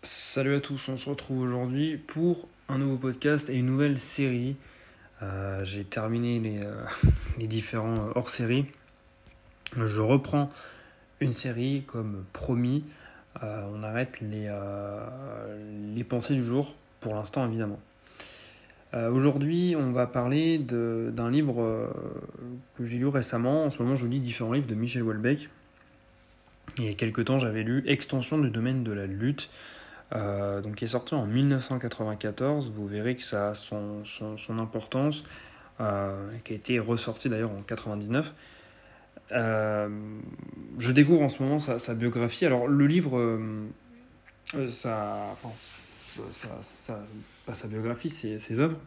Salut à tous, on se retrouve aujourd'hui pour un nouveau podcast et une nouvelle série. J'ai terminé les différents hors-séries. Je reprends une série comme promis. On arrête les pensées du jour, pour l'instant évidemment. Aujourd'hui, on va parler d'un livre que j'ai lu récemment. En ce moment, je lis différents livres de Michel Houellebecq. Il y a quelques temps, j'avais lu Extension du domaine de la lutte. Qui est sorti en 1994. Vous verrez que ça a son importance, qui a été ressorti d'ailleurs en 99. Je découvre en ce moment sa biographie. Alors le livre, pas sa biographie, c'est ses œuvres.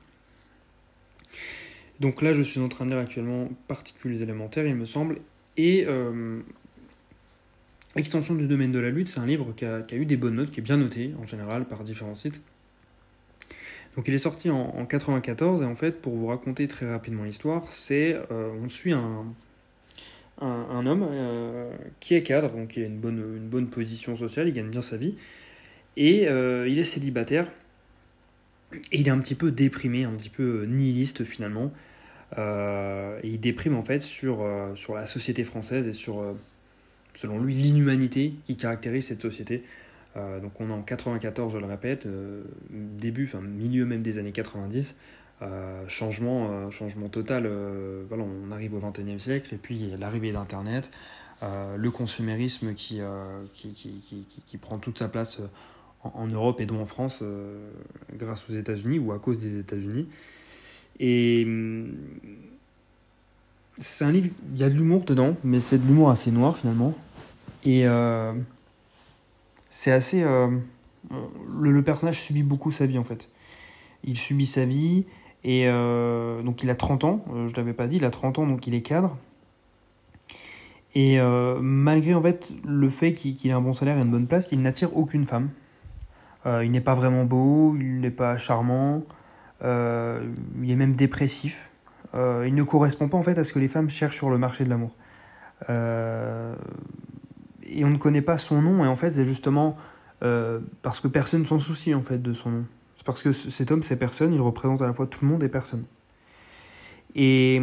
Donc là, je suis en train de lire actuellement Particules élémentaires, il me semble, et Extension du domaine de la lutte, c'est un livre qui a eu des bonnes notes, qui est bien noté en général par différents sites. Donc il est sorti en 94 et en fait, pour vous raconter très rapidement l'histoire, on suit un homme qui est cadre, donc il a une bonne position sociale, il gagne bien sa vie, et il est célibataire, et il est un petit peu déprimé, un petit peu nihiliste finalement, et il déprime en fait sur la société française et sur selon lui, l'inhumanité qui caractérise cette société. Donc on est en 94, je le répète, milieu même des années 90, changement total, voilà, on arrive au XXIe siècle, et puis il y a l'arrivée d'Internet, le consumérisme qui prend toute sa place en Europe et dont en France, grâce aux États-Unis, ou à cause des États-Unis. Et c'est un livre, il y a de l'humour dedans, mais c'est de l'humour assez noir finalement. Et c'est assez... le personnage subit beaucoup sa vie en fait. Il subit sa vie, et donc il a 30 ans, je ne l'avais pas dit, il a 30 ans, donc il est cadre. Et malgré en fait le fait qu'il ait un bon salaire et une bonne place, il n'attire aucune femme. Il n'est pas vraiment beau, il n'est pas charmant, il est même dépressif. Il ne correspond pas en fait à ce que les femmes cherchent sur le marché de l'amour. Et on ne connaît pas son nom, et en fait c'est justement parce que personne ne s'en soucie en fait de son nom. C'est parce que cet homme, c'est personne, il représente à la fois tout le monde et personne. Et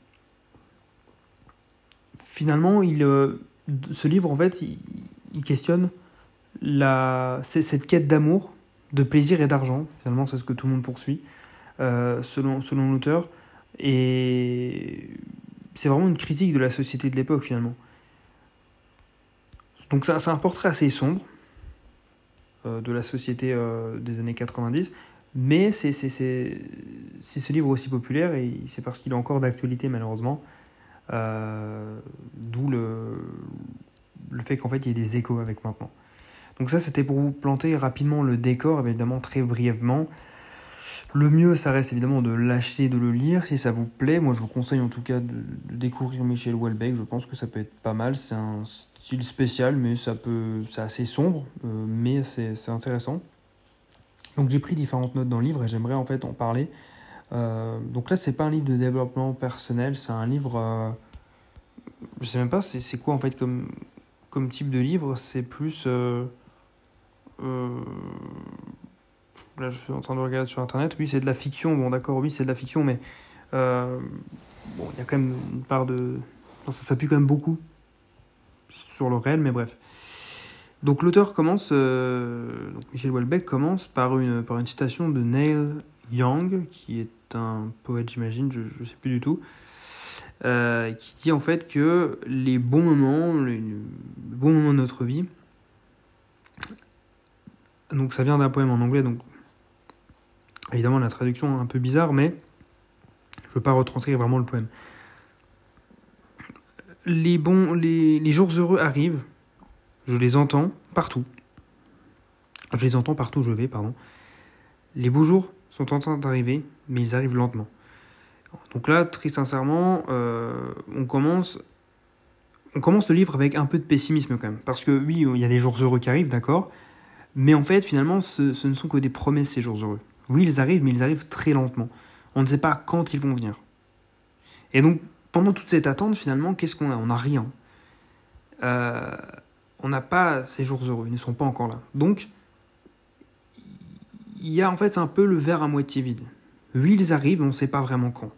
finalement, ce livre en fait, il questionne cette quête d'amour, de plaisir et d'argent. Finalement, c'est ce que tout le monde poursuit, selon l'auteur. Et c'est vraiment une critique de la société de l'époque finalement. Donc c'est un portrait assez sombre de la société des années 90, mais c'est ce livre aussi populaire, et c'est parce qu'il est encore d'actualité malheureusement, d'où le fait qu'en fait il y ait des échos avec maintenant. Donc ça, c'était pour vous planter rapidement le décor, évidemment très brièvement. Le mieux, ça reste évidemment de l'acheter, de le lire, si ça vous plaît. Moi, je vous conseille en tout cas de découvrir Michel Houellebecq. Je pense que ça peut être pas mal. C'est un style spécial, mais c'est assez sombre, mais c'est intéressant. Donc j'ai pris différentes notes dans le livre et j'aimerais en fait en parler. Donc là, c'est pas un livre de développement personnel, c'est un livre... je sais même pas c'est quoi en fait comme type de livre. C'est plus... là, je suis en train de regarder sur Internet. Oui, c'est de la fiction. Bon, d'accord, oui, c'est de la fiction, mais il y a quand même une part de... ça s'appuie quand même beaucoup sur le réel, mais bref. Donc l'auteur commence... donc Michel Houellebecq commence par une citation de Neil Young, qui est un poète, j'imagine, je ne sais plus du tout, qui dit en fait que les bons moments de notre vie... Donc ça vient d'un poème en anglais, donc évidemment la traduction est un peu bizarre, mais je ne veux pas retranscrire vraiment le poème. Les jours heureux arrivent, je les entends partout. Je les entends partout où je vais, pardon. Les beaux jours sont en train d'arriver, mais ils arrivent lentement. Donc là, très sincèrement, on commence le livre avec un peu de pessimisme quand même. Parce que oui, il y a des jours heureux qui arrivent, d'accord, mais en fait, finalement, ce ne sont que des promesses, ces jours heureux. Oui, ils arrivent, mais ils arrivent très lentement. On ne sait pas quand ils vont venir. Et donc, pendant toute cette attente, finalement, qu'est-ce qu'on a ? On n'a rien. On n'a pas ces jours heureux, ils ne sont pas encore là. Donc, il y a en fait un peu le verre à moitié vide. Oui, ils arrivent, mais on ne sait pas vraiment quand.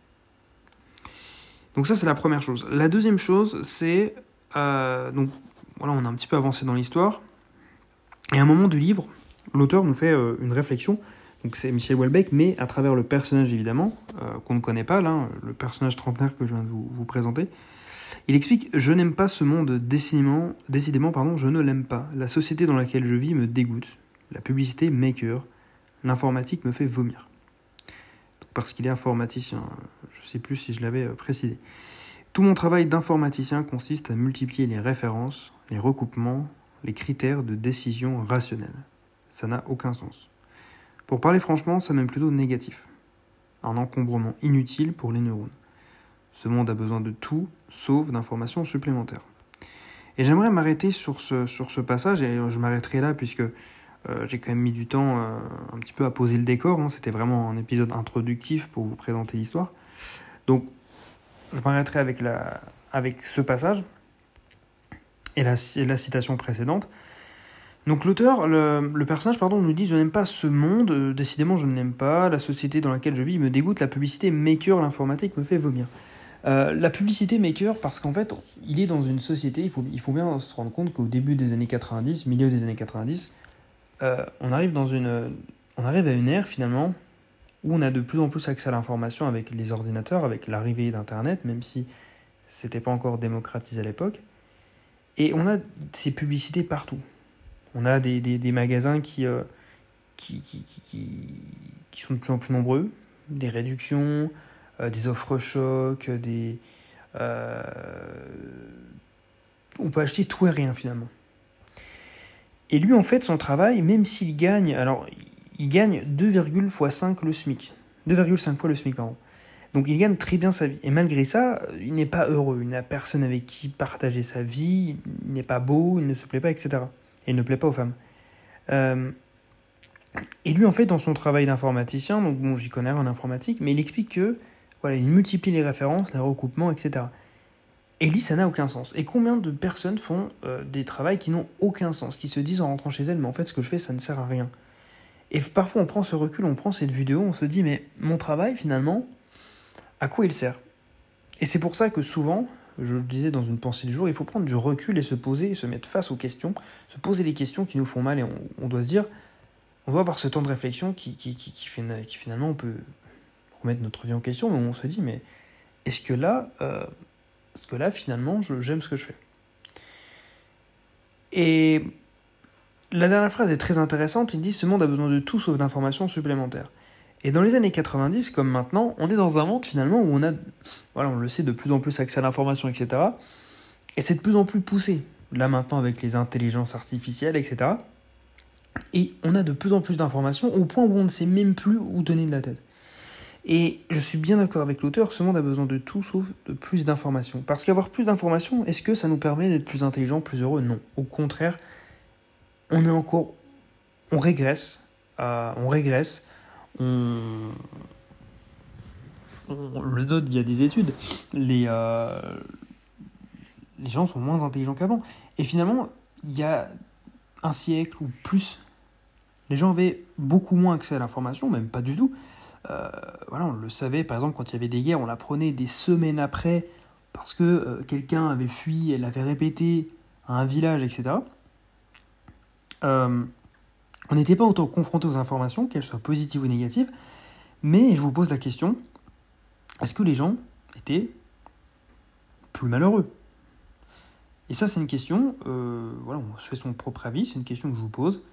Donc ça, c'est la première chose. La deuxième chose, c'est... donc voilà, on a un petit peu avancé dans l'histoire. Et à un moment du livre, l'auteur nous fait une réflexion. Donc c'est Michel Houellebecq, mais à travers le personnage, évidemment, qu'on ne connaît pas, là, le personnage trentenaire que je viens de vous présenter. Il explique « Je n'aime pas ce monde, décidément, je ne l'aime pas. La société dans laquelle je vis me dégoûte. La publicité m'écœure. L'informatique me fait vomir. » Parce qu'il est informaticien, je ne sais plus si je l'avais précisé. « Tout mon travail d'informaticien consiste à multiplier les références, les recoupements, les critères de décision rationnelle. Ça n'a aucun sens. Pour parler franchement, ça m'est plutôt négatif. Un encombrement inutile pour les neurones. Ce monde a besoin de tout, sauf d'informations supplémentaires. » Et j'aimerais m'arrêter sur ce passage, et je m'arrêterai là puisque j'ai quand même mis du temps un petit peu à poser le décor. C'était vraiment un épisode introductif pour vous présenter l'histoire. Donc, je m'arrêterai avec ce passage et la citation précédente. Donc l'auteur, le personnage, nous dit « Je n'aime pas ce monde, décidément je ne l'aime pas, la société dans laquelle je vis me dégoûte, la publicité m'écœure, l'informatique me fait vomir. » La publicité m'écœure parce qu'en fait, il est dans une société, il faut bien se rendre compte qu'au début des années 90, milieu des années 90, on arrive à une ère finalement où on a de plus en plus accès à l'information avec les ordinateurs, avec l'arrivée d'Internet, même si c'était pas encore démocratisé à l'époque. Et on a ces publicités partout. On a des magasins qui sont de plus en plus nombreux, des réductions, des offres chocs, on peut acheter tout et rien finalement. Et lui, en fait, son travail, même s'il gagne, il gagne 2,5 fois le SMIC. 2,5 fois le SMIC, pardon. Donc il gagne très bien sa vie. Et malgré ça, il n'est pas heureux. Il n'a personne avec qui partager sa vie. Il n'est pas beau, il ne se plaît pas, etc. Et il ne plaît pas aux femmes. Et lui, en fait, dans son travail d'informaticien, donc bon, j'y connais rien en informatique, mais il explique que, voilà, il multiplie les références, les recoupements, etc. Et il dit ça n'a aucun sens. Et combien de personnes font des travails qui n'ont aucun sens, qui se disent en rentrant chez elles, mais en fait, ce que je fais, ça ne sert à rien. Et parfois, on prend ce recul, on prend cette vidéo, on se dit, mais mon travail, finalement, à quoi il sert ? Et c'est pour ça que souvent, je le disais dans une pensée du jour, il faut prendre du recul et se poser, et se mettre face aux questions, se poser les questions qui nous font mal, et on doit se dire, on doit avoir ce temps de réflexion qui finalement, on peut remettre notre vie en question, mais on se dit, mais est-ce que là, finalement, j'aime ce que je fais ? Et la dernière phrase est très intéressante, il dit « Ce monde a besoin de tout sauf d'informations supplémentaires ». Et dans les années 90, comme maintenant, on est dans un monde finalement où on a, voilà, on le sait, de plus en plus accès à l'information, etc. Et c'est de plus en plus poussé, là maintenant avec les intelligences artificielles, etc. Et on a de plus en plus d'informations au point où on ne sait même plus où donner de la tête. Et je suis bien d'accord avec l'auteur, ce monde a besoin de tout sauf de plus d'informations. Parce qu'avoir plus d'informations, est-ce que ça nous permet d'être plus intelligents, plus heureux ? Non. Au contraire, on régresse, on le note via des études, les gens sont moins intelligents qu'avant. Et finalement, il y a un siècle ou plus, les gens avaient beaucoup moins accès à l'information, même pas du tout. Voilà, on le savait, par exemple, quand il y avait des guerres, on l'apprenait des semaines après, parce que quelqu'un avait fui, elle l'avait répété à un village, etc. On n'était pas autant confronté aux informations, qu'elles soient positives ou négatives, mais je vous pose la question, est-ce que les gens étaient plus malheureux ? Et ça, c'est une question, voilà, on se fait son propre avis, c'est une question que je vous pose,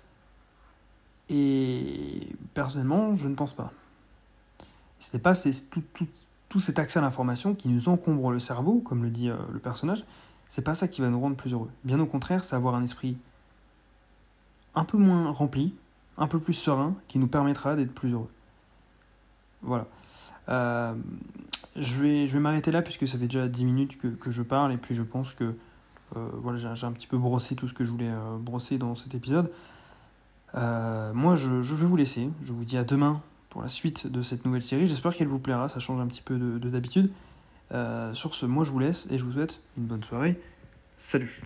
et personnellement, je ne pense pas. C'est pas tout cet accès à l'information qui nous encombre le cerveau, comme le dit le personnage, c'est pas ça qui va nous rendre plus heureux. Bien au contraire, c'est avoir un esprit un peu moins rempli, un peu plus serein, qui nous permettra d'être plus heureux. Voilà. Je vais m'arrêter là, puisque ça fait déjà 10 minutes que je parle, et puis je pense que voilà, j'ai un petit peu brossé tout ce que je voulais brosser dans cet épisode. Moi, je vais vous laisser. Je vous dis à demain pour la suite de cette nouvelle série. J'espère qu'elle vous plaira, ça change un petit peu de d'habitude. Sur ce, moi je vous laisse, et je vous souhaite une bonne soirée. Salut!